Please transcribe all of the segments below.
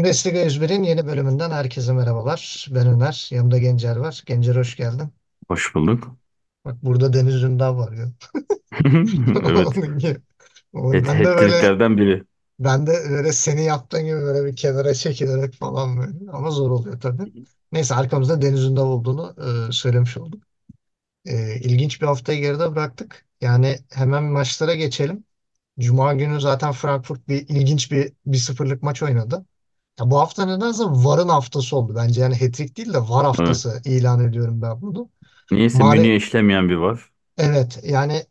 Bundesliga 101'in yeni bölümünden herkese merhabalar. Ben Ömer, yanımda Gencer var. Gencer hoş geldin. Hoş bulduk. Bak burada Deniz Ündar var ya. Evet. Onun gibi. Ben de böyle Hat-tricklerden biri. seni yaptığın gibi böyle bir kenara çekilerek falan böyle. Ama zor oluyor tabii. Neyse arkamızda Deniz Ündar olduğunu söylemiş olduk. İlginç bir haftayı geride bıraktık. Yani hemen maçlara geçelim. Cuma günü zaten Frankfurt ilginç bir 1-0'lık maç oynadı. Ya bu hafta nedense VAR'ın haftası oldu. Bence yani hat-trick değil de VAR Evet. haftası ilan ediyorum ben bunu. Niyeyse Mare menüye işlemeyen bir var. evet yani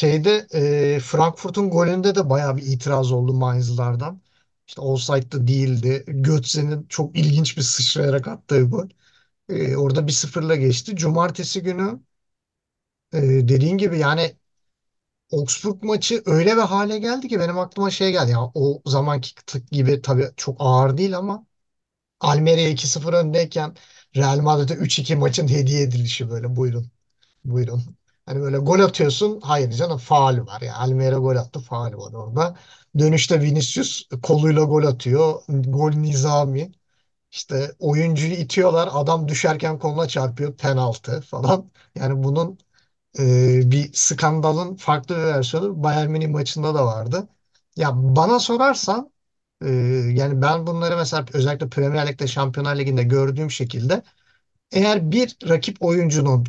Frankfurt'un golünde de bayağı bir itiraz oldu Mainz'lardan. İşte offside'da değildi. Götze'nin çok ilginç bir sıçrayarak attığı gol. Orada 1-0'la geçti. Cumartesi günü dediğin gibi yani Augsburg maçı öyle bir hale geldi ki benim aklıma şey geldi. Ya o zamanki gibi tabii çok ağır değil ama Almeria 2-0 öndeyken Real Madrid'e 3-2 maçın hediye edilişi böyle buyurun buyurun. Hani böyle gol atıyorsun hayır canım faul var ya Almeria gol attı faul var orada. Dönüşte Vinicius koluyla gol atıyor. Gol nizami. İşte oyuncuyu itiyorlar adam düşerken koluna çarpıyor penaltı falan. Yani bunun bir skandalın farklı bir versiyonu Bayern Münih maçında da vardı. Ya bana sorarsan e, yani ben bunları mesela özellikle Premier Lig'de Şampiyonlar Ligi'nde gördüğüm şekilde eğer bir rakip oyuncunun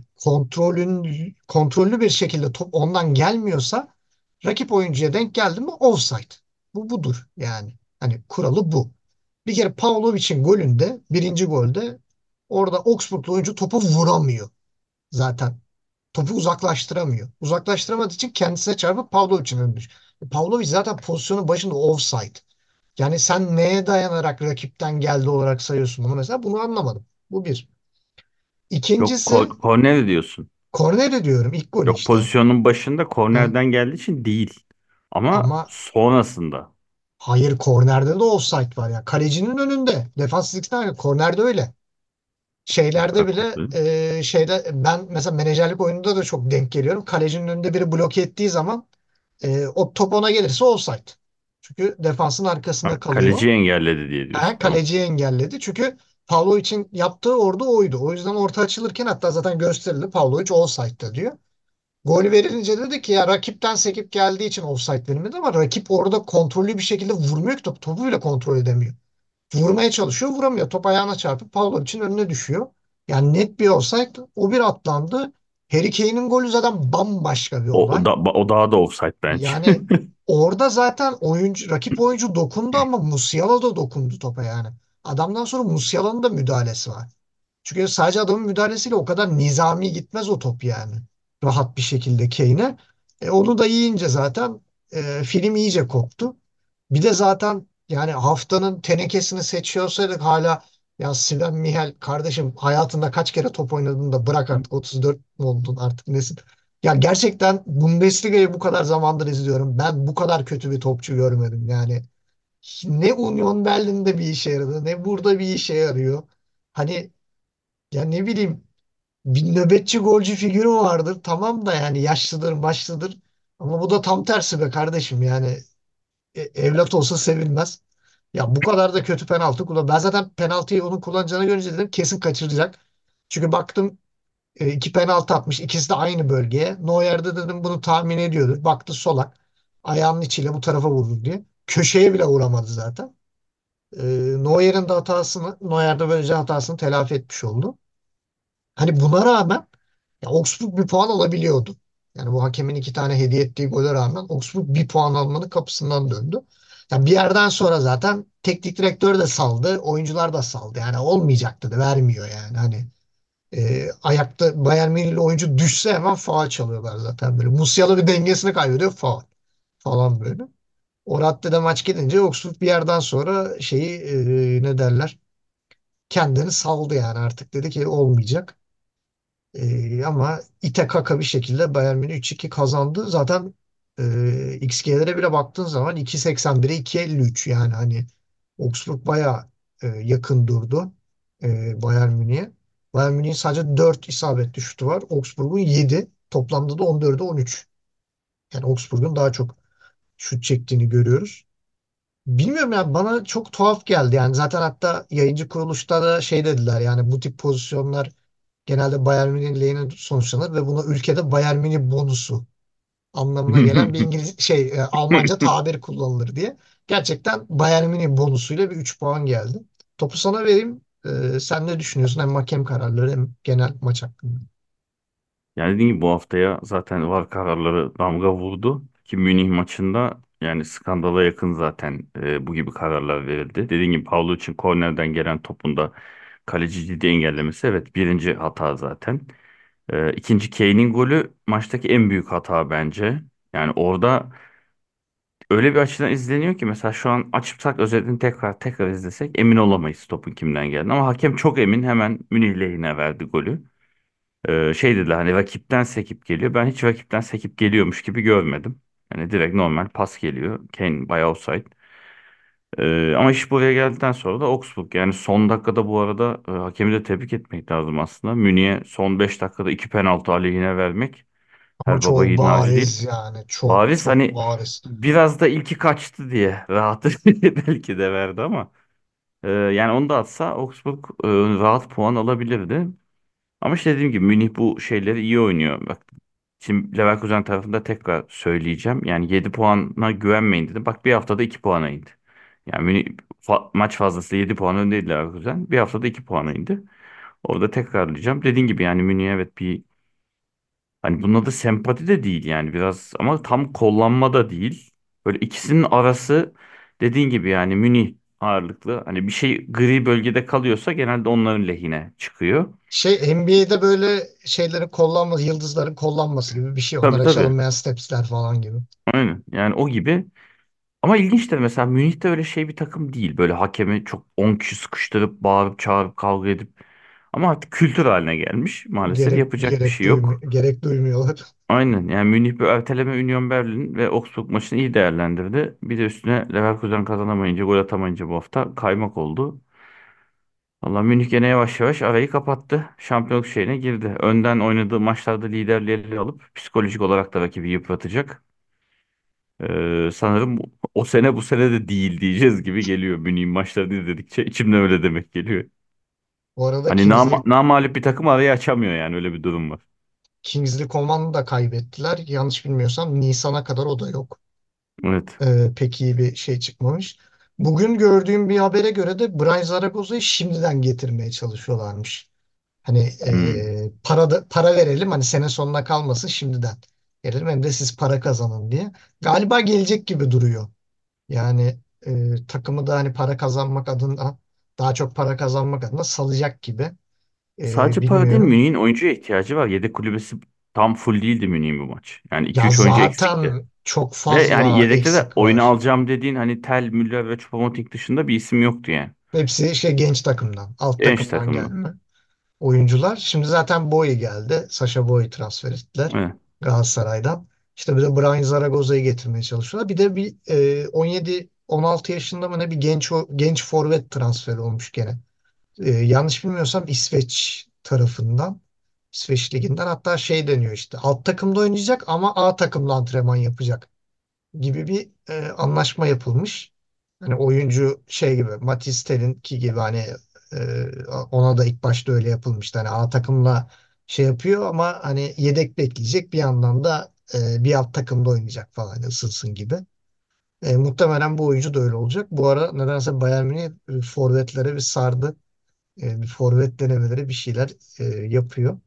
kontrollü bir şekilde top ondan gelmiyorsa rakip oyuncuya denk geldi mi offside. Bu budur yani. Hani kuralı bu. Bir kere Pavlovic'in golünde birinci golde orada Augsburglu oyuncu topu vuramıyor zaten. Topu uzaklaştıramıyor. Uzaklaştıramadığı için kendisine çarpıp Pavlovic'in önüne düşüyor. Pavlovic zaten pozisyonun başında offside. Yani sen neye dayanarak rakipten geldi olarak sayıyorsun bunu mesela bunu anlamadım. Bu bir. Yok İkincisi korner diyorsun. korner diyorum ilk golü Yok işte. pozisyonun başında Hı. kornerden geldiği için değil. Ama Ama sonrasında. hayır kornerde de offside var ya. Kalecinin önünde. Defans çizgisinden kornerde öyle. Şeylerde bile Farklı. ben mesela menajerlik oyununda da çok denk geliyorum. Kalecinin önünde biri bloke ettiği zaman o top ona gelirse offside. Çünkü defansın arkasında Ha, kalıyor. kaleci engelledi diye diyorsun. Ha, Tamam. kaleciyi engelledi. Çünkü Pavlovic'in yaptığı orada oydu. O yüzden orta açılırken hatta zaten gösterildi. Pavlovic offside'da diyor. Gol verilince dedi ki ya rakipten sekip geldiği için offside verilmedi ama rakip orada kontrollü bir şekilde vurmuyor ki topu bile kontrol edemiyor. Vurmaya çalışıyor, vuramıyor. Top ayağına çarpıp Pavlovic'in önüne düşüyor. Yani net bir offside. O bir atlandı. Harry Kane'in golü zaten bambaşka bir olay. O daha da offside bence. Yani orada zaten rakip oyuncu dokundu ama Musiala da dokundu topa yani. Adamdan sonra Musiala'nın da müdahalesi var. Çünkü sadece adamın müdahalesiyle o kadar nizami gitmez o top yani. Rahat bir şekilde Kane'e. Onu da yiyince zaten film iyice koptu. Bir de zaten yani haftanın tenekesini seçiyor olsaydık hala ya Sven Michel kardeşim hayatında kaç kere top oynadın da bırak artık 34 mu oldun artık nesin? Ya gerçekten Bundesliga'yı bu kadar zamandır izliyorum. Ben bu kadar kötü bir topçu görmedim. Yani ne Union Berlin'de bir işe yaradı ne burada bir işe yarıyor. Hani ya ne bileyim bir nöbetçi golcü figürü vardır. Tamam da yani yaşlıdır başlıdır. Ama bu da tam tersi be kardeşim yani evlat olsa sevilmez. Ya bu kadar da kötü penaltı kullan. Ben zaten penaltıyı onun kullanacağını görünce dedim kesin kaçıracak. Çünkü baktım iki penaltı atmış. İkisi de aynı bölgeye. Neuer'de dedim bunu tahmin ediyordur. Baktı solak. Ayağının içiyle bu tarafa vurur diye. Köşeye bile vuramadı zaten. E, Neuer de böylece hatasını telafi etmiş oldu. Hani buna rağmen ya Augsburg bir puan alabiliyordu. Yani bu hakemin iki tane hediye ettiği gole rağmen Augsburg bir puan almanın kapısından döndü. Ya bir yerden sonra zaten teknik direktör de saldı, oyuncular da saldı. Yani olmayacaktı da vermiyor yani. Hani ayakta Bayern Münihli oyuncu düşse hemen faul çalıyorlar zaten böyle. Musiala bir dengesini kaybediyor faul falan böyle. O raddede maç gidince Augsburg bir yerden sonra ne derler kendini saldı yani artık dedi ki olmayacak. Ama ite kaka bir şekilde Bayern Münih 3-2 kazandı. Zaten XG'lere bile baktığın zaman 2.81'e 2.53 yani hani Augsburg bayağı yakın durdu Bayern Münih'e. Bayern Münih'in sadece 4 isabetli şutu var. Augsburg'un 7. Toplamda da 14'e 13. Yani Augsburg'un daha çok şut çektiğini görüyoruz. Bilmiyorum ya, bana çok tuhaf geldi yani. Zaten hatta yayıncı kuruluşta da şey dediler, yani bu tip pozisyonlar genelde Bayern Münih lehine sonuçlanır ve buna ülkede Bayern Münih bonusu anlamına gelen bir İngiliz Almanca tabir kullanılır diye. Gerçekten Bayern Münih bonusuyla bir 3 puan geldi. Topu sana vereyim. Sen ne düşünüyorsun hem hakem kararları hem genel maç hakkında? Yani dediğim gibi bu haftaya zaten VAR kararları damga vurdu ki Münih maçında yani skandala yakın zaten bu gibi kararlar verildi. Dediğim gibi Paulo için kornerden gelen topunda kaleci ciddi engellemesi, evet, birinci hata zaten. İkinci Kane'in golü maçtaki en büyük hata bence. Yani orada öyle bir açıdan izleniyor ki mesela şu an açıpsak özetini tekrar tekrar izlesek emin olamayız topun kimden geldiğini. Ama hakem çok emin, hemen Münih lehine verdi golü. Şey dediler, hani rakipten sekip geliyor. Ben hiç rakipten sekip geliyormuş gibi görmedim. Yani direkt normal pas geliyor. Kane bayağı offside. Ama iş buraya geldikten sonra da Augsburg, yani son dakikada bu arada hakemi de tebrik etmek lazım aslında. Münih'e son 5 dakikada 2 penaltı aleyhine vermek Ama her baba çok yiğidin harcı değil. bariz yani, çok Bariz, çok hani bariz. biraz da ilki kaçtı diye rahatı belki de verdi ama yani onu da atsa Augsburg rahat puan alabilirdi. Ama işte dediğim gibi Münih bu şeyleri iyi oynuyor. Bak, şimdi Leverkusen tarafında tekrar söyleyeceğim. Yani 7 puana güvenmeyin dedim. Bak, bir haftada 2 puana indi. Yani Münih maç fazlası 7 puan öndeydi Leverkusen. Bir haftada 2 puana indi. Orada tekrarlayacağım. Dediğim gibi yani Münih, evet, bir hani bunun adı sempati de değil yani, biraz ama tam kollanma da değil. Böyle ikisinin arası, dediğin gibi yani Münih ağırlıklı. Hani bir şey gri bölgede kalıyorsa genelde onların lehine çıkıyor. NBA'de böyle şeylerin kollanması, yıldızların kollanması gibi bir şey. Tabii, Onlara tabii. çalınmayan stepsler falan gibi. Aynen. Yani o gibi. Ama ilginçtir, mesela Münih'te öyle şey bir takım değil. Böyle hakemi çok 10 kişi sıkıştırıp bağırıp çağırıp kavga edip, ama artık kültür haline gelmiş. Maalesef yapacak bir şey yok. Gerek duymuyorlar. Aynen, yani Münih bir erteleme Union Berlin ve Augsburg maçını iyi değerlendirdi. Bir de üstüne Leverkusen kazanamayınca, gol atamayınca bu hafta kaymak oldu. Valla Münih gene yavaş yavaş arayı kapattı. Şampiyonluk şeyine girdi. Önden oynadığı maçlarda liderliği ele alıp psikolojik olarak da rakibi yıpratacak. Sanırım o sene bu sene de değil diyeceğiz gibi geliyor. Münih'in maçlarını izledikçe içimden öyle demek geliyor. Bu arada Hani namağlup bir takım arayı açamıyor, yani öyle bir durum var. Kingsley Coman'ı da kaybettiler. Yanlış bilmiyorsam Nisan'a kadar o da yok. Evet. Pek iyi bir şey çıkmamış. Bugün gördüğüm bir habere göre de Brian Zaragoza'yı şimdiden getirmeye çalışıyorlarmış. Hani Hmm. para verelim, hani sene sonuna kalmasın, şimdiden verelim hem de siz para kazanın diye. Galiba gelecek gibi duruyor. Yani takımı da hani para kazanmak adına, daha çok para kazanmak adına salacak gibi. Sadece para değil, Bilmiyorum. Münih'in oyuncuya ihtiyacı var. Yedek kulübesi tam full değildi Münih'in bu maç. Yani iki Ya üç oyuncu eksikti. zaten çok Ve yani fazla yedekte de eksik oyunu var. alacağım dediğin hani Tel, Müller ve Choupo-Moting dışında bir isim yoktu yani. Hepsi genç takımdan, alt Genç takımdan takımda. gelme oyuncular. Şimdi zaten Boey geldi. Sasha Boey transfer ettiler Evet. Galatasaray'dan. İşte bir de Brian Zaragoza'yı getirmeye çalışıyorlar. Bir de bir 17-16 yaşında mı ne bir genç forvet transferi olmuş gene. Yanlış bilmiyorsam İsveç tarafından. İsveç liginden, hatta şey deniyor, işte alt takımda oynayacak ama A takımda antrenman yapacak gibi bir anlaşma yapılmış. Hani oyuncu şey gibi, Matisse Tel'inki gibi, hani ona da ilk başta öyle yapılmıştı. Hani A takımla şey yapıyor ama hani yedek bekleyecek, bir yandan da bir alt takımda oynayacak falan, hani ısınsın gibi. Muhtemelen bu oyuncu da öyle olacak. Bu ara nedense Bayern Münih forvetlere bir sardı. Bir forvet denemeleri, bir şeyler yapıyor.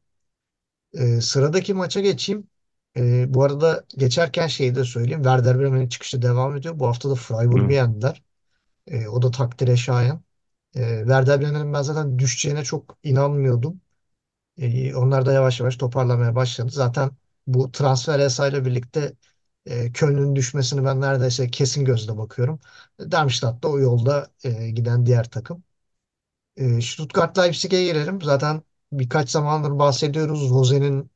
Sıradaki maça geçeyim. Bu arada geçerken şeyi de söyleyeyim. Werder Bremen'in çıkışı devam ediyor. Bu hafta da Freiburg'u Evet. yendiler. O da takdire şayan. Werder Bremen'in ben zaten düşeceğine çok inanmıyordum. Onlar da yavaş yavaş toparlamaya başladı. Zaten bu transfer yasayla birlikte Köln'ün düşmesini ben neredeyse kesin gözle bakıyorum. Darmstadt da o yolda giden diğer takım. Stuttgart Leipzig'e gelelim. Zaten birkaç zamandır bahsediyoruz. Rosen'in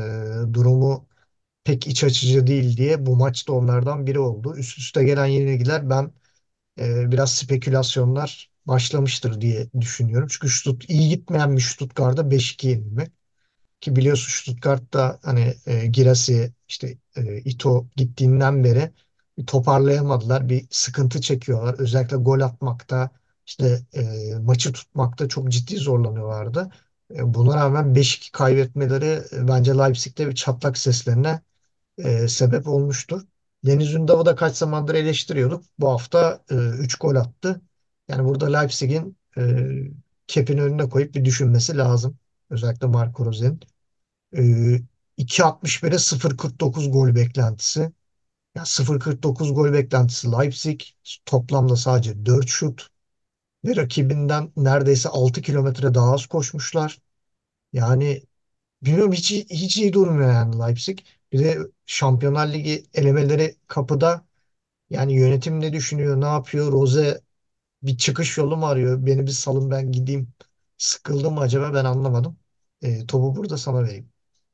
durumu pek iç açıcı değil diye. Bu maç da onlardan biri oldu. Üst üste gelen yenilgiler, ben biraz spekülasyonlar başlamıştır diye düşünüyorum. Çünkü iyi gitmeyen bir Stuttgart'a 5-2 yenilmek. Ki biliyorsun Stuttgart'ta hani Girassi, işte Ito gittiğinden beri bir toparlayamadılar. Bir sıkıntı çekiyorlar. Özellikle gol atmakta, işte maçı tutmakta çok ciddi zorlanıyorlardı. Buna rağmen 5-2 kaybetmeleri bence Leipzig'te bir çatlak seslerine sebep olmuştur. Deniz Ündav'ı da kaç zamandır eleştiriyorduk. Bu hafta 3 gol attı. Yani burada Leipzig'in kepini önüne koyup bir düşünmesi lazım. Özellikle Marco Rose'nin. E, 2.61'e 0.49 gol beklentisi. Ya 0.49 gol beklentisi Leipzig toplamda sadece 4 şut ve rakibinden neredeyse 6 kilometre daha az koşmuşlar. Yani bilmiyorum, hiç iyi durmuyor yani Leipzig. Bir de Şampiyonlar Ligi elemeleri kapıda. Yani yönetim ne düşünüyor, ne yapıyor? Rose bir çıkış yolu mu arıyor? Beni bir salın ben gideyim. Sıkıldım mı acaba, ben anlamadım. Topu burada sana vereyim.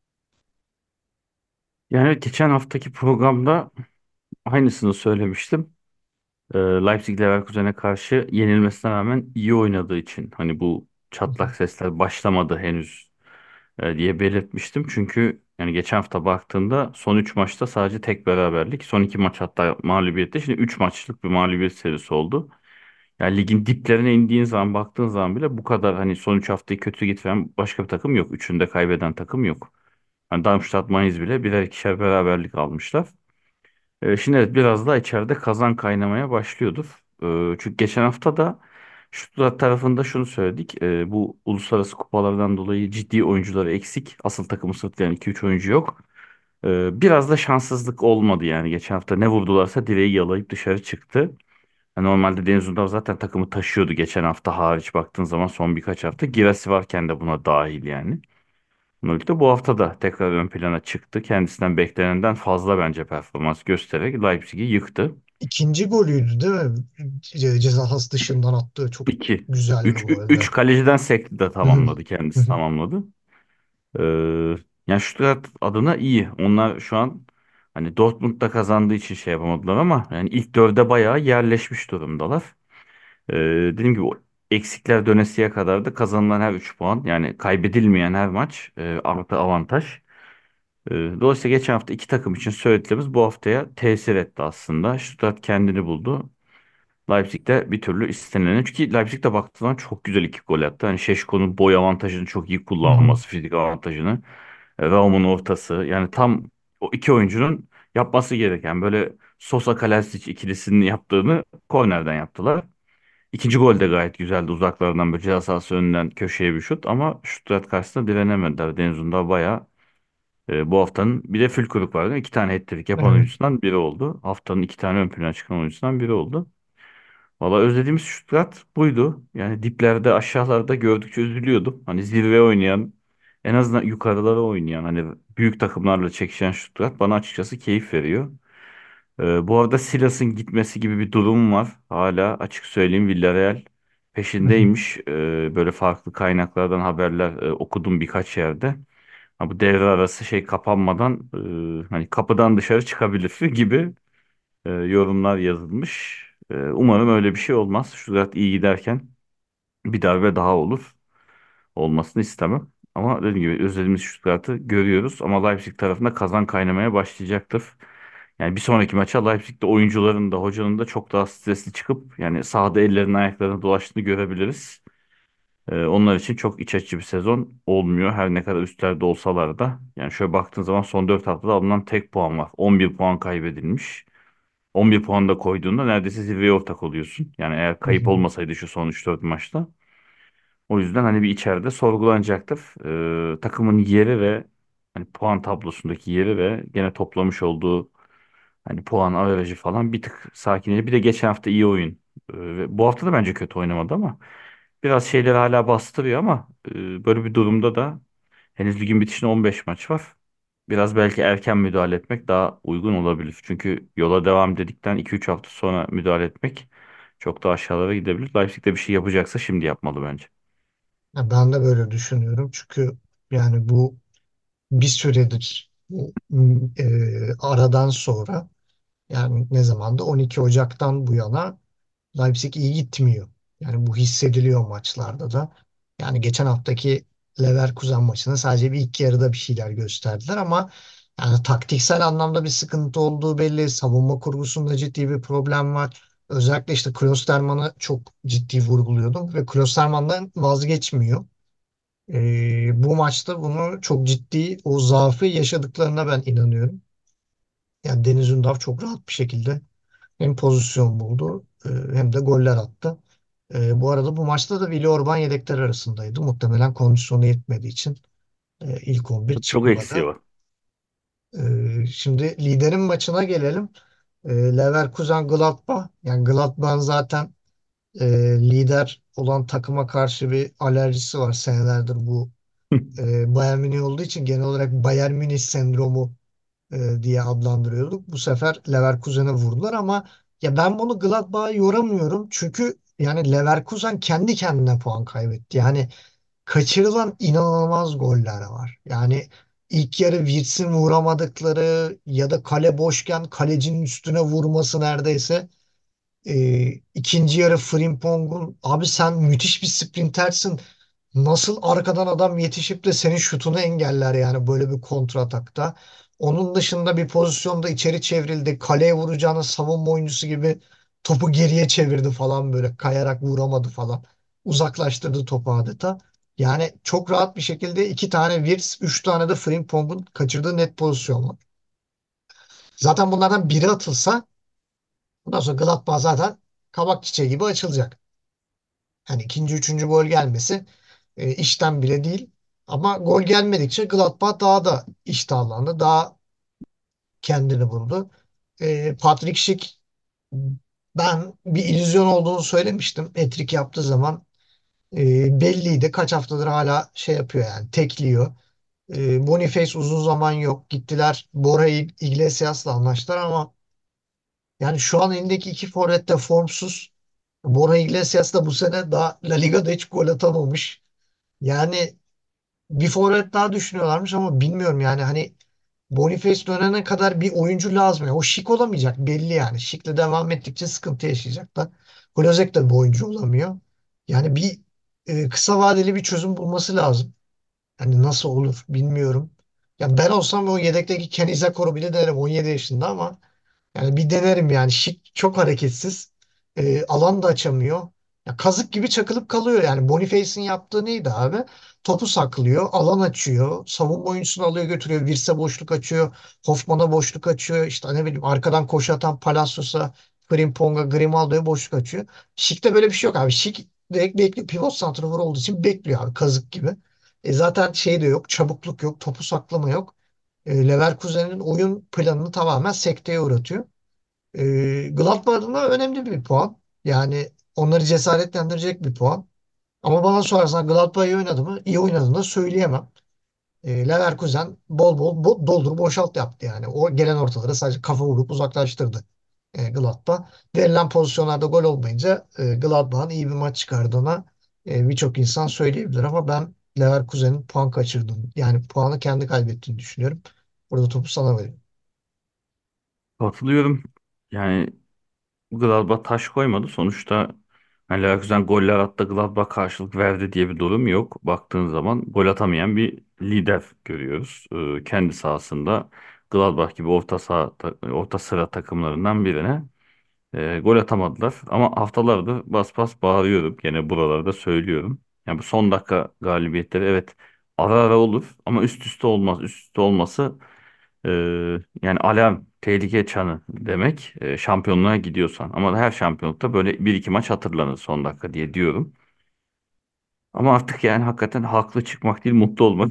Yani geçen haftaki programda aynısını söylemiştim. Leipzig Leverkusen'e karşı yenilmesine rağmen iyi oynadığı için hani bu Hı hı. çatlak sesler başlamadı henüz diye belirtmiştim. Çünkü yani geçen hafta baktığında son 3 maçta sadece tek beraberlik. Son 2 maç hatta mağlubiyette. Şimdi 3 maçlık bir mağlubiyet serisi oldu. Yani ligin diplerine indiğin zaman baktığın zaman bile bu kadar hani son 3 haftayı kötü getiren başka bir takım yok. Üçünde kaybeden takım yok. Hani Darmstadt, Mainz bile birer ikişer beraberlik almışlar. Şimdi evet biraz daha içeride kazan kaynamaya başlıyordur. Çünkü geçen hafta da Stuttgart tarafında şunu söyledik. Bu uluslararası kupalardan dolayı ciddi oyuncuları eksik. Asıl takımı sırtlayan 2-3 oyuncu yok. Biraz da şanssızlık olmadı yani. Geçen hafta ne vurdularsa direği yalayıp dışarı çıktı. Normalde Deniz Undar zaten takımı taşıyordu geçen hafta hariç baktığın zaman son birkaç hafta. Girasi varken de buna dahil yani. Bununla birlikte bu hafta da tekrar ön plana çıktı. Kendisinden beklenenden fazla bence performans göstererek Leipzig'i yıktı. İkinci golüydü değil mi? Ceza sahası dışından attığı çok İki. güzeldi Üç, bu arada. üç kaleciden sekti de Hı hı. tamamladı. Hı Kendisi hı. tamamladı. Ee, Yani Stuttgart adına iyi. Onlar şu an hani Dortmund'da kazandığı için şey yapamadılar ama yani ilk dörde bayağı yerleşmiş durumdalar. Dediğim gibi o eksikler dönesiye kadar da kazanılan her 3 puan yani kaybedilmeyen her maç artı avantaj. Dolayısıyla geçen hafta iki takım için söylediklerimiz bu haftaya tesir etti aslında. Stuttgart kendini buldu. Leipzig de bir türlü istenileni. Çünkü Leipzig de baktığından çok güzel iki gol attı. Hani Şeşko'nun boy avantajını çok iyi Hı hı. kullanması, fizik avantajını. Raum'un ortası. Yani tam o iki oyuncunun yapması gereken böyle Sosa Kalasic ikilisinin yaptığını kornerden yaptılar. İkinci gol de gayet güzeldi. Uzaklardan böyle ceza sahası önünden köşeye bir şut ama Stuttgart karşısında direnemediler. Deniz Ünder bayağı bu haftanın bir de Fülkrug vardı. İki tane hat-trick yapan Evet. oyuncusundan biri oldu. Haftanın iki tane ön plana çıkan oyuncusundan biri oldu. Valla özlediğimiz Stuttgart buydu. Yani diplerde aşağılarda gördükçe üzülüyordum. Hani zirve oynayan en azından yukarılara oynayan hani büyük takımlarla çekişen Stuttgart bana açıkçası keyif veriyor. Bu arada Silas'ın gitmesi gibi bir durum var. Hala açık söyleyeyim Villarreal Hı hı. peşindeymiş. Böyle farklı kaynaklardan haberler okudum birkaç yerde. Ha, bu devre arası şey kapanmadan hani kapıdan dışarı çıkabilir gibi yorumlar yazılmış. Umarım öyle bir şey olmaz. Stuttgart iyi giderken bir darbe daha olur. Olmasını istemem. Ama dediğim gibi özlediğimiz Stuttgart'ı görüyoruz. Ama Leipzig tarafında kazan kaynamaya başlayacaktır. Yani bir sonraki maça Leipzig'te oyuncuların da hocanın da çok daha stresli çıkıp yani sahada ellerinin ayaklarını dolaştığını görebiliriz. Onlar için çok iç açıcı bir sezon olmuyor. Her ne kadar üstlerde olsalar da. Yani şöyle baktığın zaman son 4 haftada alınan tek puan var. 11 puan kaybedilmiş. 11 puan da koyduğunda neredeyse zirveye ortak oluyorsun. Yani eğer Hı kayıp hı. olmasaydı şu son 3-4 maçta. O yüzden hani bir içeride sorgulanacaktır. Takımın yeri ve hani puan tablosundaki yeri ve gene toplamış olduğu hani puan averajı falan bir tık sakinledi. Bir de geçen hafta iyi oyun. Ve bu hafta da bence kötü oynamadı ama biraz şeyleri hala bastırıyor ama böyle bir durumda da henüz ligin bitişine 15 maç var. Biraz belki erken müdahale etmek daha uygun olabilir. Çünkü yola devam dedikten 2-3 hafta sonra müdahale etmek çok daha aşağılara gidebilir. Leipzig de bir şey yapacaksa şimdi yapmalı bence. Ya ben de böyle düşünüyorum. Çünkü yani bu bir süredir bu aradan sonra, yani ne zamandı? 12 Ocak'tan bu yana Leipzig iyi gitmiyor. Yani bu hissediliyor maçlarda da. Yani geçen haftaki Leverkusen maçında sadece bir ilk yarıda bir şeyler gösterdiler ama Yani taktiksel anlamda bir sıkıntı olduğu belli. Savunma kurgusunda ciddi bir problem var. Özellikle işte Klosterman'ı çok ciddi vurguluyordum ve Klosterman'dan vazgeçmiyor. Bu maçta bunu çok ciddi o zaafı yaşadıklarına ben inanıyorum. Yani Deniz Ündar çok rahat bir şekilde hem pozisyon buldu hem de goller attı. Bu arada bu maçta da Vili Orban yedekler arasındaydı. Muhtemelen kondisyonu yetmediği için ilk 11 Çok eksiği çıkmadı. var. Şimdi liderin maçına gelelim. Leverkusen Gladbach. Yani Gladbach'ın zaten e, lider olan takıma karşı bir alerjisi var senelerdir bu Bayern Münih olduğu için genel olarak Bayern Münih sendromu diye adlandırıyorduk. Bu sefer Leverkusen'e vurdular ama ya ben bunu Gladbach'a yoramıyorum. Çünkü yani Leverkusen kendi kendine puan kaybetti. Yani kaçırılan inanılmaz goller var. Yani ilk yarı Wirtz'in vuramadıkları ya da kale boşken kalecinin üstüne vurması neredeyse. İkinci yarı Frimpong'un abi sen müthiş bir sprintersin. Nasıl arkadan adam yetişip de senin şutunu engeller yani böyle bir kontratakta. Onun dışında bir pozisyonda içeri çevrildi. Kaleye vuracağını savunma oyuncusu gibi topu geriye çevirdi falan böyle kayarak vuramadı falan. Uzaklaştırdı topu adeta. Yani çok rahat bir şekilde iki tane Wirtz, üç tane de Frimpong'un kaçırdığı net pozisyon var. Zaten bunlardan biri atılsa bundan sonra Gladbach zaten kabak çiçeği gibi açılacak. Yani ikinci, üçüncü gol gelmesi işten bile değil. Ama gol gelmedikçe Gladbach daha da iştahlandı. Daha kendini buldu. Patrick Schick ben bir illüzyon olduğunu söylemiştim. Hat-trick yaptığı zaman belliydi. Kaç haftadır hala şey yapıyor yani tekliyor. Boniface uzun zaman yok. Gittiler Borja Iglesias'la anlaştılar ama yani şu an elindeki iki forvet de formsuz. Borja Iglesias da bu sene daha La Liga'da hiç gol atamamış. Yani bir forvet daha düşünüyorlarmış ama bilmiyorum yani hani Boniface dönene kadar bir oyuncu lazım. Yani o şık olamayacak belli yani. Şıkla devam ettikçe sıkıntı yaşayacaklar. Klozek de bir oyuncu olamıyor. Yani bir kısa vadeli bir çözüm bulması lazım. Yani nasıl olur bilmiyorum. Ya ben olsam o yedekteki Ken Isakor'u bile denerim 17 yaşında ama yani bir denerim yani. Şik çok hareketsiz. Alan da açamıyor. Ya kazık gibi çakılıp kalıyor yani. Boniface'in yaptığı neydi abi? Topu saklıyor, alan açıyor, savunma oyuncusunu alıyor götürüyor, Wirtz'e boşluk açıyor, Hoffman'a boşluk açıyor, işte ne bileyim arkadan koşu atan Palacios'a, Frimpong'a, Grimaldo'ya boşluk açıyor. Şik'te böyle bir şey yok abi. Şik direkt bekliyor. Pivot santrafor olduğu için bekliyor abi kazık gibi. Zaten şey de yok, çabukluk yok, topu saklama yok. Leverkusen'in oyun planını tamamen sekteye uğratıyor. Gladbach adına önemli bir puan. Yani onları cesaretlendirecek bir puan. Ama bana sorarsan Gladbach iyi oynadı mı? İyi oynadığını da söyleyemem. Leverkusen bol bol doldur boşalt yaptı yani. O gelen ortaları sadece kafa vurup uzaklaştırdı Gladbach. Verilen pozisyonlarda gol olmayınca Gladbach'ın iyi bir maç çıkardığına birçok insan söyleyebilir ama ben Leverkusen'in puan kaçırdığını yani puanı kendi kaybettiğini düşünüyorum. Burada topu sana veriyorum. Katılıyorum. Yani Gladbach taş koymadı. Sonuçta hani Leverkusen goller attı, Gladbach karşılık verdi diye bir durum yok. Baktığın zaman gol atamayan bir lider görüyoruz. Kendi sahasında Gladbach gibi orta sıra takımlarından birine gol atamadılar. Ama haftalardır bas bas bağırıyorum. Gene buralarda söylüyorum. Yani bu son dakika galibiyetleri evet ara ara olur ama üst üste olmaz. Üst üste olması e, yani alarm, tehlike çanı demek şampiyonluğa gidiyorsan. Ama her şampiyonlukta böyle bir iki maç hatırlanır son dakika diye diyorum. Ama artık yani hakikaten haklı çıkmak değil mutlu olmak.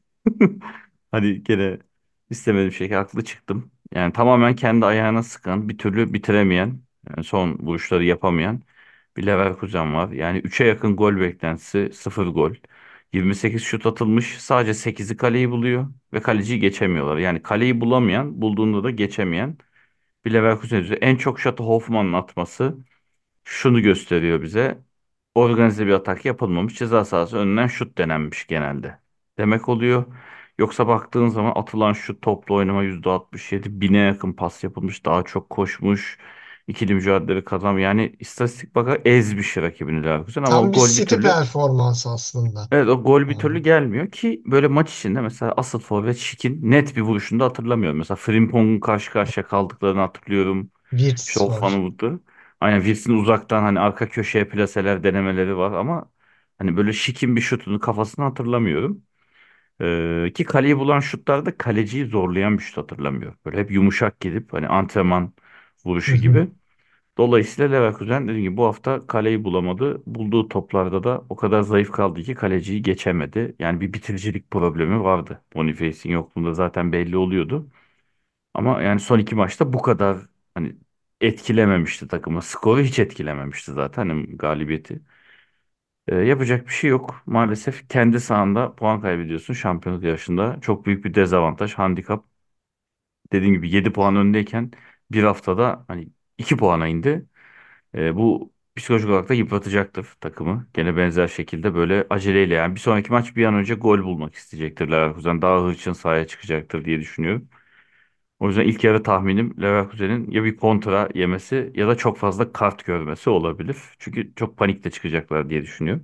Hadi gene istemediğim şey haklı çıktım. Yani tamamen kendi ayağına sıkan, bir türlü bitiremeyen, yani son vuruşları yapamayan bir Leverkusen var. Yani 3'e yakın gol beklentisi, sıfır gol. 28 şut atılmış, sadece 8'i kaleyi buluyor ve kaleciyi geçemiyorlar. Yani kaleyi bulamayan, bulduğunda da geçemeyen bir Leverkusen üzerinde. En çok şutu Hoffman'ın atması şunu gösteriyor bize. Organize bir atak yapılmamış. Ceza sahası önünden şut denenmiş genelde. Demek oluyor. Yoksa baktığın zaman atılan şut toplu oynama %67. Bine yakın pas yapılmış. Daha çok koşmuş. İkili mücadele kazan yani istatistik bakar ezmiş rakibini Leverkusen ama o Tam bir gol bir City türlü performansı aslında. evet o gol bir türlü Yani gelmiyor ki böyle maç içinde mesela asıl forvet Şik'in net bir vuruşunu da hatırlamıyorum. Mesela Frimpong'un karşı karşıya kaldıklarını hatırlıyorum. İşte Wirtz o var. vurdu. Aynen Wirtz'in uzaktan hani arka köşeye plaseler denemeleri var ama hani böyle Şik'in bir şutunu kafasını hatırlamıyorum. Ki kaleyi bulan şutlarda kaleciyi zorlayan bir şut hatırlamıyorum. Böyle hep yumuşak gidip hani antrenman Hı vuruşu hı. gibi. Dolayısıyla Leverkusen dediğim gibi bu hafta kaleyi bulamadı. Bulduğu toplarda da o kadar zayıf kaldı ki kaleciyi geçemedi. Yani bir bitiricilik problemi vardı. Boniface'in yokluğunda zaten belli oluyordu. Ama yani son iki maçta bu kadar hani etkilememişti takımı. Skoru hiç etkilememişti zaten hani galibiyeti. Yapacak bir şey yok. Maalesef kendi sahanda puan kaybediyorsun şampiyonluk yarışında. Çok büyük bir dezavantaj, handikap. Dediğim gibi 7 puan öndeyken bir haftada hani 2 puana indi. Bu psikolojik olarak da yıpratacaktır takımı. Gene benzer şekilde böyle aceleyle yani bir sonraki maç bir an önce gol bulmak isteyecektir Leverkusen. Daha hırçın sahaya çıkacaktır diye düşünüyorum. O yüzden ilk yarı tahminim Leverkusen'in ya bir kontra yemesi ya da çok fazla kart görmesi olabilir. Çünkü çok panikle çıkacaklar diye düşünüyorum.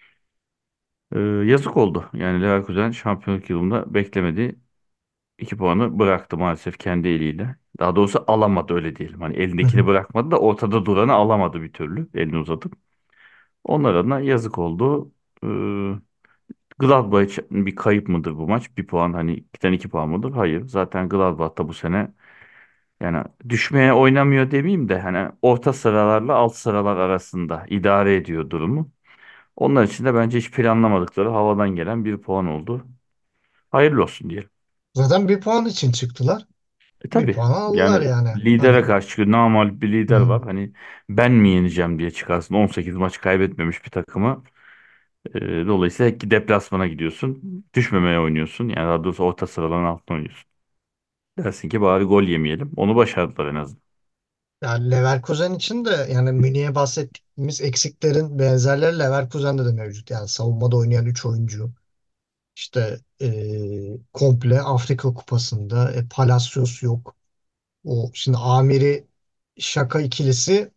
Yazık oldu. Yani Leverkusen şampiyonluk yılında beklemediği 2 puanı bıraktı maalesef kendi eliyle. Daha doğrusu alamadı öyle diyelim. Hani Hı elindekini hı. bırakmadı da ortada duranı alamadı bir türlü elini uzatıp. Onlar adına yazık oldu. Ee, Gladbach için bir kayıp mıdır bu maç? Bir puan hani 2'den 2 puan mıdır? Hayır. Zaten Gladbach da bu sene yani düşmeye oynamıyor demeyeyim de hani orta sıralarla alt sıralar arasında idare ediyor durumu. Onlar için de bence hiç planlamadıkları havadan gelen bir puan oldu. Hayırlı olsun diyelim. Zaten bir puan için çıktılar. Bir Tabii puan aldılar yani yani. lidere Hani karşı çıkıyor. Namağlup bir lider hı. var. Hani ben mi yeneceğim diye çıkarsın. 18 maç kaybetmemiş bir takımı. Dolayısıyla deplasmana gidiyorsun. Düşmemeye oynuyorsun. Yani daha doğrusu orta sıraların altına oynuyorsun. Dersin ki bari gol yemeyelim. Onu başardılar en azından. Yani Leverkusen için de yani Münih'e bahsettiğimiz eksiklerin benzerleri Leverkusen'de de mevcut. Yani savunmada oynayan 3 oyuncu. İşte komple Afrika Kupası'nda Palacios yok. O şimdi Amiri Şaka ikilisi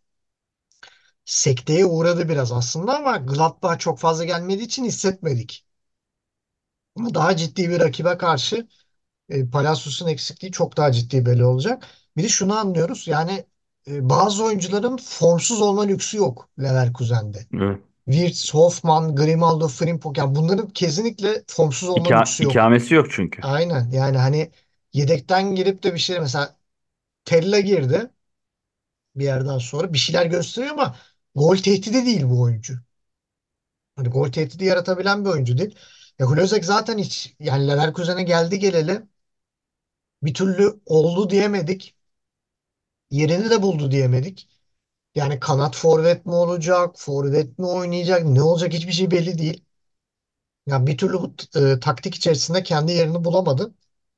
sekteye uğradı biraz aslında ama Gladbach çok fazla gelmediği için hissetmedik. Ama daha ciddi bir rakibe karşı Palacios'un eksikliği çok daha ciddi belli olacak. Bir de şunu anlıyoruz yani bazı oyuncuların formsuz olma lüksü yok Leverkusen'de. Evet. Wirtz, Hoffman, Grimaldo, Frimpong yani bunların kesinlikle formsuz olma lüksü yok. İkamesi yok çünkü. Aynen yani hani yedekten girip de bir şey mesela Tella girdi bir yerden sonra bir şeyler gösteriyor ama gol tehdidi değil bu oyuncu. Hani gol tehdidi yaratabilen bir oyuncu değil. Hlozek zaten hiç yani Leverkusen'e geldi geleli bir türlü oldu diyemedik. Yerini de buldu diyemedik. Yani kanat forvet mi olacak, forvet mi oynayacak, ne olacak hiçbir şey belli değil. Yani bir türlü bu taktik içerisinde kendi yerini bulamadı.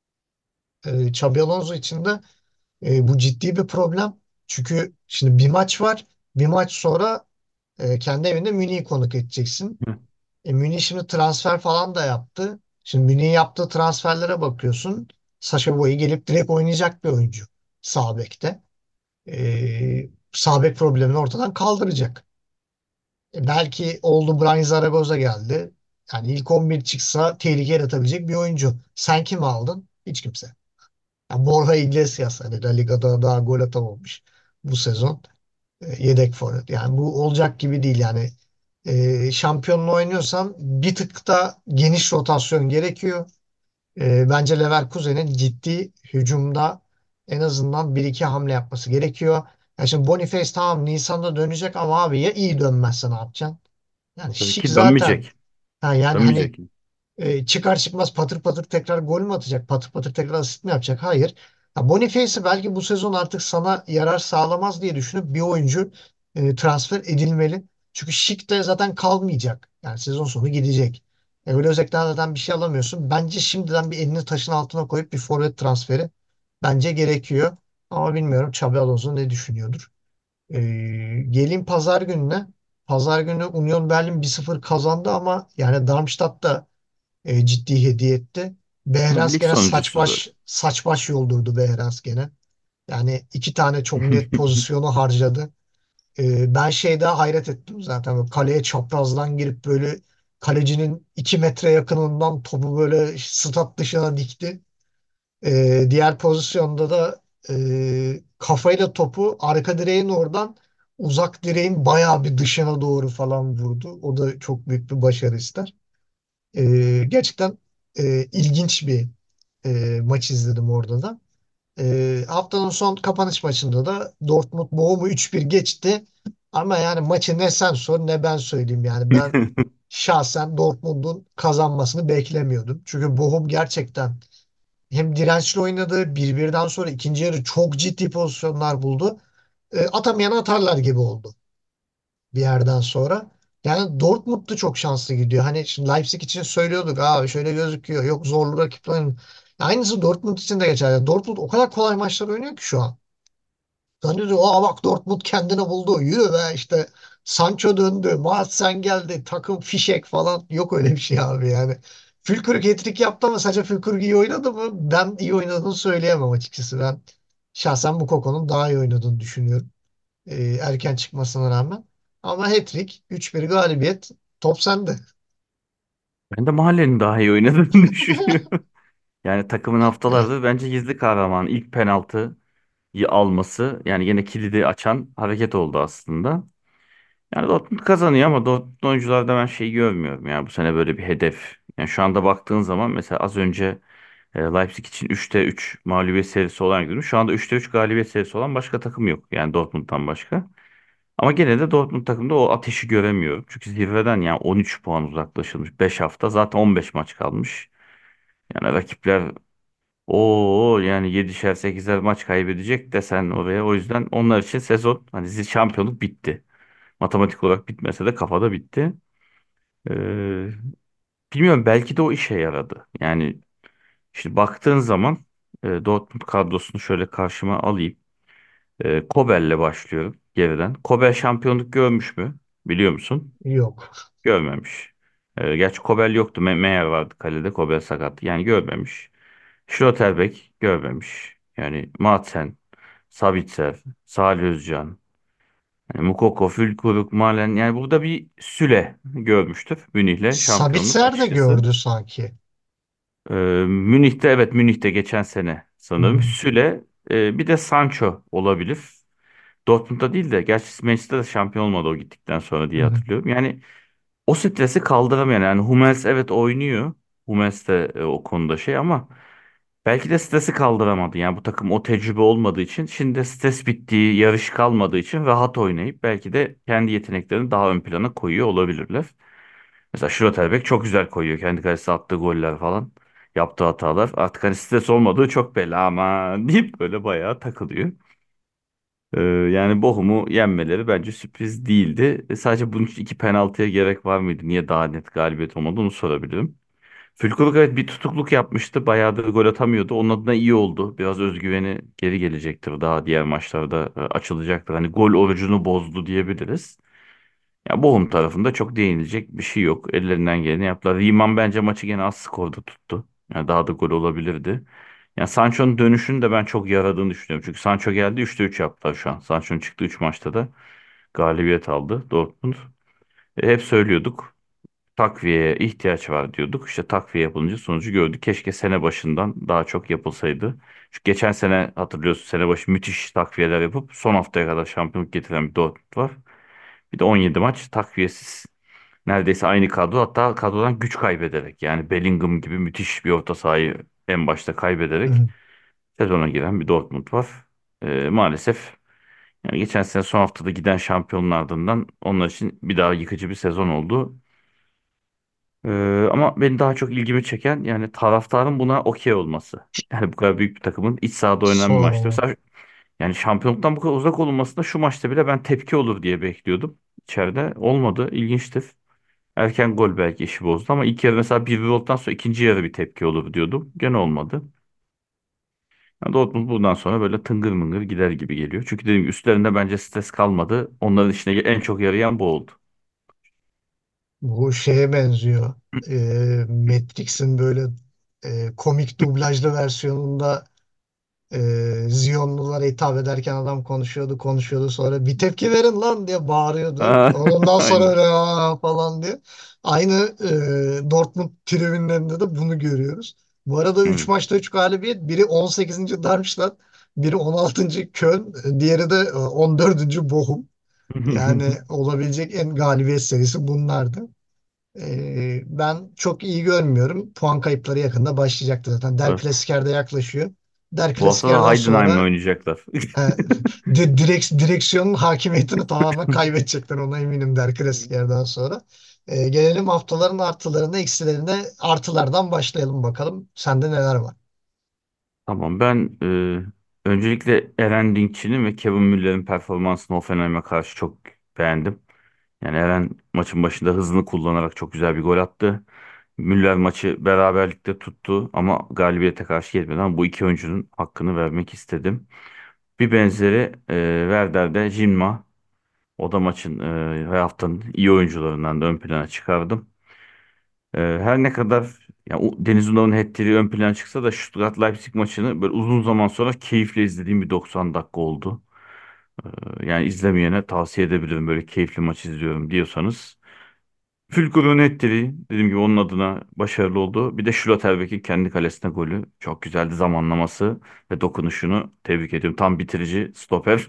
Xabi Alonso için de bu ciddi bir problem. Çünkü şimdi bir maç var. Bir maç sonra kendi evinde Münih'i konuk edeceksin. Hı. Münih şimdi transfer falan da yaptı. Şimdi Münih'in yaptığı transferlere bakıyorsun. Sacha Boey gelip direkt oynayacak bir oyuncu. Sağ bekte. Sağ bek problemini ortadan kaldıracak. Belki oldu Brian Zaragoza geldi. Yani ilk 11 çıksa tehlike yaratabilecek bir oyuncu. Sen kimi aldın? Hiç kimse. Ya Borja Iglesias hani La Liga'da daha gol atamamış bu sezon. Yedek forvet. Yani bu olacak gibi değil yani. Şampiyonla oynuyorsan bir tık da geniş rotasyon gerekiyor. Bence Leverkusen'in ciddi hücumda en azından bir iki hamle yapması gerekiyor. Yani şimdi Boniface tamam Nisan'da dönecek ama abi ya iyi dönmezse ne yapacaksın? Yani Tabii Şik ki zaten dönmeyecek. ha yani hani Dönmeyecek. çıkar çıkmaz patır patır tekrar gol mü atacak? Patır patır tekrar asist mi yapacak? Hayır. Ya Boniface'i belki bu sezon artık sana yarar sağlamaz diye düşünüp bir oyuncu transfer edilmeli. Çünkü Şik de zaten kalmayacak. Yani sezon sonu gidecek. Öyle özellikle zaten bir şey alamıyorsun. Bence şimdiden bir elini taşın altına koyup bir forvet transferi bence gerekiyor. Ama bilmiyorum Xabi Alonso ne düşünüyordur. E, Geleyim pazar gününe. Pazar günü Union Berlin 1-0 kazandı ama yani Darmstadt da ciddi hediye etti. Ama Behrens lig gene sonuncusu zaten. saç baş yoldurdu Behrens gene. Yani iki tane çok net pozisyonu harcadı. Ben şeyde hayret ettim zaten. Böyle kaleye çaprazdan girip böyle kalecinin 2 metre yakınından topu böyle stat dışına dikti. Diğer pozisyonda da kafayla topu arka direğin oradan uzak direğin bayağı bir dışına doğru falan vurdu. O da çok büyük bir başarı ister. Gerçekten ilginç bir maç izledim orada da. Haftanın son kapanış maçında da Dortmund Bochum'u 3-1 geçti. Ama yani maçı ne sen sor ne ben söyleyeyim yani. Ben şahsen Dortmund'un kazanmasını beklemiyordum. Çünkü Bochum gerçekten hem dirençli oynadı. Birbirinden sonra ikinci yarı çok ciddi pozisyonlar buldu. Atamayan atarlar gibi oldu bir yerden sonra. Yani Dortmund da çok şanslı gidiyor. Hani şimdi Leipzig için söylüyorduk. Abi şöyle gözüküyor. Yok zorlu rakiplerin. Aynısı Dortmund için de geçerli. Dortmund o kadar kolay maçlar oynuyor ki şu an. Zannediyor aa bak Dortmund kendini buldu. Yürü be işte Sancho döndü. Sen geldi. Takım fişek falan. Yok öyle bir şey abi yani. Fülkrug hat-trick yaptı ama sadece Fülkrug iyi oynadı mı? Ben iyi oynadığını söyleyemem açıkçası. Ben şahsen bu Koko'nun daha iyi oynadığını düşünüyorum. Erken çıkmasına rağmen. Ama hat-trick, 3-1 galibiyet. Top sende. Ben de mahallenin daha iyi oynadığını düşünüyorum. Yani takımın Yani, haftalardır bence gizli kahraman. İlk penaltıyı alması yani yine kilidi açan hareket oldu aslında. Yani Dortmund kazanıyor ama Dortmund oyuncularda ben şeyi görmüyorum. Yani bu sene böyle bir hedef. Yani şu anda baktığın zaman mesela az önce Leipzig için 3'te 3 mağlubiyet serisi olan gidiyorum. Şu anda 3'te 3 galibiyet serisi olan başka takım yok. Yani Dortmund'dan başka. Ama gene de Dortmund takımda o ateşi göremiyorum. Çünkü zirveden yani 13 puan uzaklaşılmış. 5 hafta zaten 15 maç kalmış. Yani rakipler yani 7'şer 8'er maç kaybedecek desen oraya. O yüzden onlar için sezon hani şampiyonluk bitti. Matematik olarak bitmese de kafada bitti. Ee, bilmiyorum belki de o işe yaradı. Yani şimdi baktığın zaman Dortmund kadrosunu şöyle karşıma alayım. Kobel'le başlıyorum geriden. Kobel şampiyonluk görmüş mü? Biliyor musun? yok. Görmemiş. Gerçi Kobel yoktu. Meyer vardı kalede. Kobel sakattı. Yani görmemiş. Schlotterbeck görmemiş. Yani Madsen, Sabitzer, Salih Özcan, yani Mukoko, Fülkuruk, Malen. Yani burada bir süle görmüştür. Münih'le şampiyonluk Sabitzer de açıkçası. gördü sanki. Ee, Münih'te evet Münih'te geçen sene Hı sanırım. hı. Süle bir de Sancho olabilir. Dortmund'da değil de gerçi Manchester'da şampiyon olmadı o gittikten sonra Hı diye hı. hatırlıyorum. Yani o stresi kaldıramıyor. Yani Hummels evet oynuyor. Hummels de o konuda şey ama belki de stresi kaldıramadı. Yani bu takım o tecrübe olmadığı için şimdi de stres bittiği, yarış kalmadığı için rahat oynayıp belki de kendi yeteneklerini daha ön plana koyuyor olabilirler. Mesela Schlotterbeck çok güzel koyuyor. Kendi kalesine attığı goller falan. Yaptığı hatalar. Artık hani stres olmadığı çok belli ama deyip böyle bayağı takılıyor. Yani Bochum'u yenmeleri bence sürpriz değildi. Sadece bunun için iki penaltıya gerek var mıydı? Niye daha net galibiyet olmadı onu sorabilirim. Fülkrug evet bir tutukluk yapmıştı. Bayağıdır gol atamıyordu. Onun adına iyi oldu. Biraz özgüveni geri gelecektir. Daha diğer maçlarda açılacaktır. Hani gol orucunu bozdu diyebiliriz. Ya Bochum tarafında çok değinilecek bir şey yok. Ellerinden geleni yaptılar. Riemann bence maçı gene az skorda tuttu. Yani daha da gol olabilirdi. Yani Sancho'nun dönüşünü de ben çok yaradığını düşünüyorum. Çünkü Sancho geldi 3'te 3 yaptılar şu an. Sancho'nun çıktığı 3 maçta da galibiyet aldı Dortmund. Hep söylüyorduk. Takviyeye ihtiyaç var diyorduk. İşte takviye yapılınca sonucu gördük. Keşke sene başından daha çok yapılsaydı. Çünkü geçen sene hatırlıyorsun sene başı müthiş takviyeler yapıp son haftaya kadar şampiyonluk getiren bir Dortmund var. Bir de 17 maç takviyesiz. Neredeyse aynı kadro hatta kadrodan güç kaybederek yani Bellingham gibi müthiş bir orta sahayı en başta Hı kaybederek hı. sezona giren bir Dortmund var. Maalesef yani geçen sene son haftada giden şampiyonun ardından onlar için bir daha yıkıcı bir sezon oldu. Ama beni daha çok ilgimi çeken yani taraftarın buna okey olması. Yani bu kadar büyük bir takımın iç sahada oynanan bir maçta. Sorma. Mesela yani şampiyonluktan bu kadar uzak olunmasında şu maçta bile ben tepki olur diye bekliyordum. İçeride olmadı. İlginçtir. Erken gol belki işi bozdu ama ilk yarı mesela 1-1 olduktan sonra ikinci yarı bir tepki olur diyordum. Gene olmadı. Yani Dortmund bundan sonra böyle tıngır mıngır gider gibi geliyor. Çünkü dediğim gibi üstlerinde bence stres kalmadı. Onların işine en çok yarayan bu oldu. Bu şeye benziyor. Matrix'in böyle komik dublajlı versiyonunda Ziyonlulara hitap ederken adam konuşuyordu konuşuyordu, sonra bir tepki verin lan diye bağırıyordu. Aa, Ondan sonra aynen. öyle "Aa!" falan diye. Aynı Dortmund tribünlerinde de bunu görüyoruz. Bu arada 3 Evet. maçta 3 galibiyet. Biri 18. Darmstadt, biri 16. Köln, diğeri de 14. Bochum. Yani olabilecek en galibiyet serisi bunlardı. Ben çok iyi görmüyorum. Puan kayıpları yakında başlayacaktır zaten. Der Evet. Klassiker'de yaklaşıyor. Der Bu hafta da Klassiker'den Heidenheim'le sonra oynayacaklar. e, direksiyonun hakimiyetini tamamen kaybedecekler. Ona eminim Der Klassiker'den sonra. Gelelim haftaların artılarına, eksilerine. Artılardan başlayalım bakalım. Sende neler var? Tamam, ben öncelikle Eren Dinkçi'nin ve Kevin Müller'in performansını Hoffenheim'e karşı çok beğendim. Yani Eren maçın başında hızını kullanarak çok güzel bir gol attı. Müller maçı beraberlikte tuttu ama galibiyete karşı gelmedi, ama bu iki oyuncunun hakkını vermek istedim. Bir benzeri Werder'de Jinma. O da maçın ve haftanın iyi oyuncularından da ön plana çıkardım. Her ne kadar ya, Deniz Unal'ın hat-trick'i ön plana çıksa da Stuttgart-Leipzig maçını böyle uzun zaman sonra keyifle izlediğim bir 90 dakika oldu. Yani izlemeyene tavsiye edebilirim, böyle keyifli maç izliyorum diyorsanız. Fülkrug'un hat-trick'i dediğim gibi onun adına başarılı oldu. Bir de Schlotterbeck'in kendi kalesine golü çok güzeldi, zamanlaması ve dokunuşunu tebrik ediyorum. Tam bitirici stoper.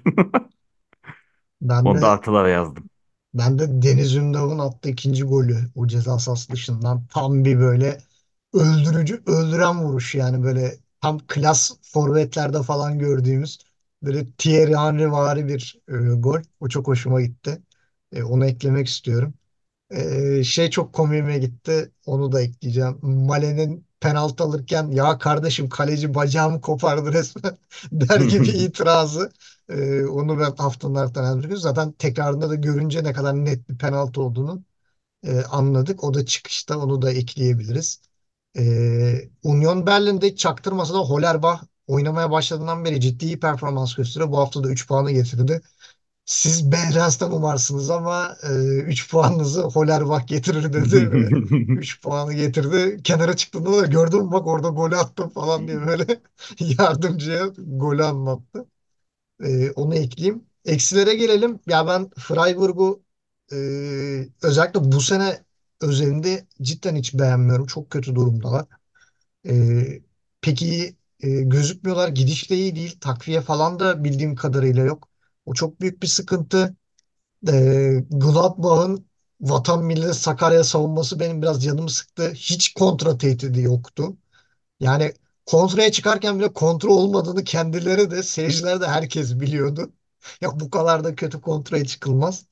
Ben Onu da de artılara yazdım. Ben de Deniz Ünal'ın attığı ikinci golü, o ceza sahası dışından tam bir böyle öldürücü, öldüren vuruş, yani böyle tam klas forvetlerde falan gördüğümüz böyle Thierry Henry vari bir gol. O çok hoşuma gitti. Onu eklemek istiyorum. Şey çok komiğime gitti. Onu da ekleyeceğim. Male'nin penaltı alırken "ya kardeşim kaleci bacağımı kopardı resmen" der gibi itirazı. Onu ben haftanın ardından yapıyoruz. Zaten tekrarında da görünce ne kadar net bir penaltı olduğunu anladık. O da çıkışta, onu da ekleyebiliriz. Union Berlin'de hiç çaktırmasa da Hollerbach oynamaya başladığından beri ciddi iyi performans gösteriyor. Bu hafta da 3 puanı getirdi. Siz Behrens'ten umarsınız ama 3 puanınızı Hollerbach getirir dedi ve 3 puanı getirdi. Kenara çıktığında da "gördün mü bak orada golü attım" falan diye böyle yardımcıya golü anlattı. Onu ekleyeyim. Eksilere gelelim. Ya ben Freiburg'u e, özellikle bu sene özelinde cidden hiç beğenmiyorum. Çok kötü durumdalar. Pek iyi gözükmüyorlar. Gidiş de iyi değil. Takviye falan da bildiğim kadarıyla yok. O çok büyük bir sıkıntı. Gladbach'ın Vatan Millet Sakarya savunması benim biraz canımı sıktı. Hiç kontra tehdidi yoktu. Yani kontraya çıkarken bile kontra olmadığını kendileri de, seyirciler de, herkes biliyordu. Ya bu kadar da kötü kontraya çıkılmaz.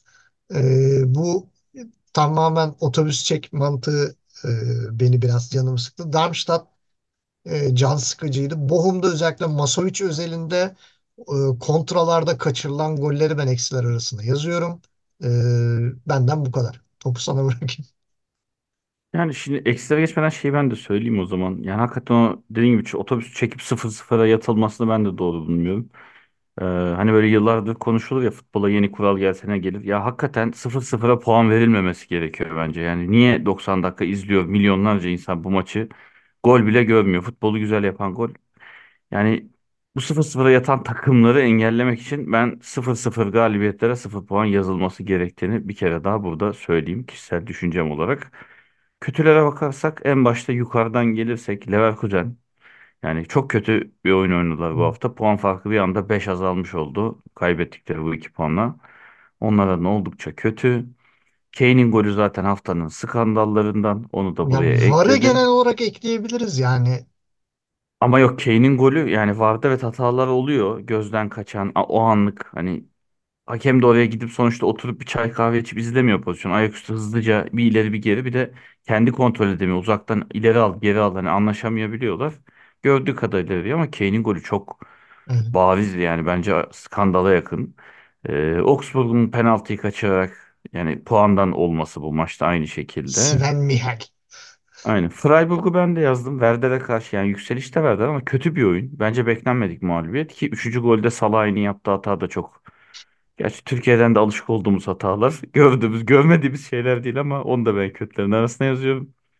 Bu tamamen otobüs çek mantığı beni biraz canımı sıktı. Darmstadt can sıkıcıydı. Bochum'da özellikle Masovic özelinde kontralarda kaçırılan golleri ben eksiler arasında yazıyorum. Benden bu kadar. Topu sana bırakayım. Yani şimdi ekstraya geçmeden şeyi ben de söyleyeyim o zaman. Yani hakikaten o dediğim gibi otobüs çekip 0-0'a yatılmasını ben de doğru bulmuyorum. Hani böyle yıllardır konuşulur ya, futbola yeni kural gelse ne gelir. Ya hakikaten 0-0'a puan verilmemesi gerekiyor bence. Yani niye 90 dakika izliyor milyonlarca insan bu maçı, gol bile görmüyor. Futbolu güzel yapan gol. Yani bu 0-0'a yatan takımları engellemek için ben 0-0 galibiyetlere 0 puan yazılması gerektiğini bir kere daha burada söyleyeyim, kişisel düşüncem olarak. Kötülere bakarsak en başta yukarıdan gelirsek Leverkusen. Yani çok kötü bir oyun oynadılar bu hafta. Puan farkı bir anda 5 azalmış oldu. Kaybettikleri bu 2 puanla. Onlara ne oldukça kötü. Kane'in golü zaten haftanın skandallarından. Onu da Ya buraya VAR'ı genel ekledim. olarak ekleyebiliriz yani. Ama yok, Kane'in golü yani VAR'da evet hatalar oluyor. Gözden kaçan o anlık, hani hakem de oraya gidip sonuçta oturup bir çay kahve içip izlemiyor pozisyon. Ayaküstü hızlıca bir ileri bir geri, bir de kendi kontrol edemiyor. Uzaktan ileri al geri al, hani anlaşamayabiliyorlar. Gördüğü kadarıyla veriyor ama Kane'in golü çok Evet. bariz, yani bence skandala yakın. Augsburg'un penaltıyı kaçırarak yani puandan olması bu maçta aynı şekilde. Sven Mihel. Aynen. Freiburg'u ben de yazdım. Werder'e karşı yani yükselişte Werder ama kötü bir oyun. Bence beklenmedik mağlubiyet, ki üçüncü golde Salah'ın yaptığı hata da çok. Gerçi Türkiye'den de alışık olduğumuz hatalar. Gördüğümüz, görmediğimiz şeyler değil ama onu da ben kötülerin arasına yazıyorum.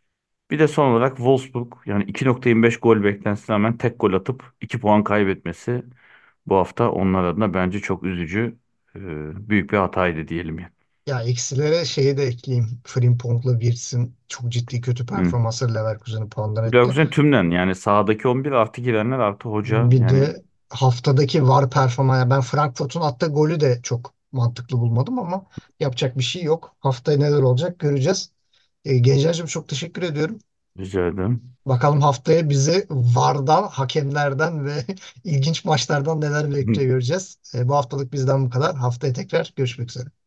Bir de son olarak Wolfsburg, yani 2.25 gol beklentisine rağmen tek gol atıp 2 puan kaybetmesi bu hafta onlar adına bence çok üzücü. Büyük bir hataydı diyelim yani. Ya eksilere şeyi de ekleyeyim. Frimpong'la Wirtz'in çok ciddi kötü Hı. performansları Leverkusen'i puanlar etti. Leverkusen tümden, yani sahadaki 11 artı girenler artı hoca, Bir yani de haftadaki VAR performansı. Ben Frankfurt'un attığı golü de çok mantıklı bulmadım ama yapacak bir şey yok. Haftaya neler olacak göreceğiz. Gencerciğim çok teşekkür ediyorum. rica ederim. Bakalım haftaya bizi VAR'dan, hakemlerden ve ilginç maçlardan neler bekliyor göreceğiz. Bu haftalık bizden bu kadar. Haftaya tekrar görüşmek üzere.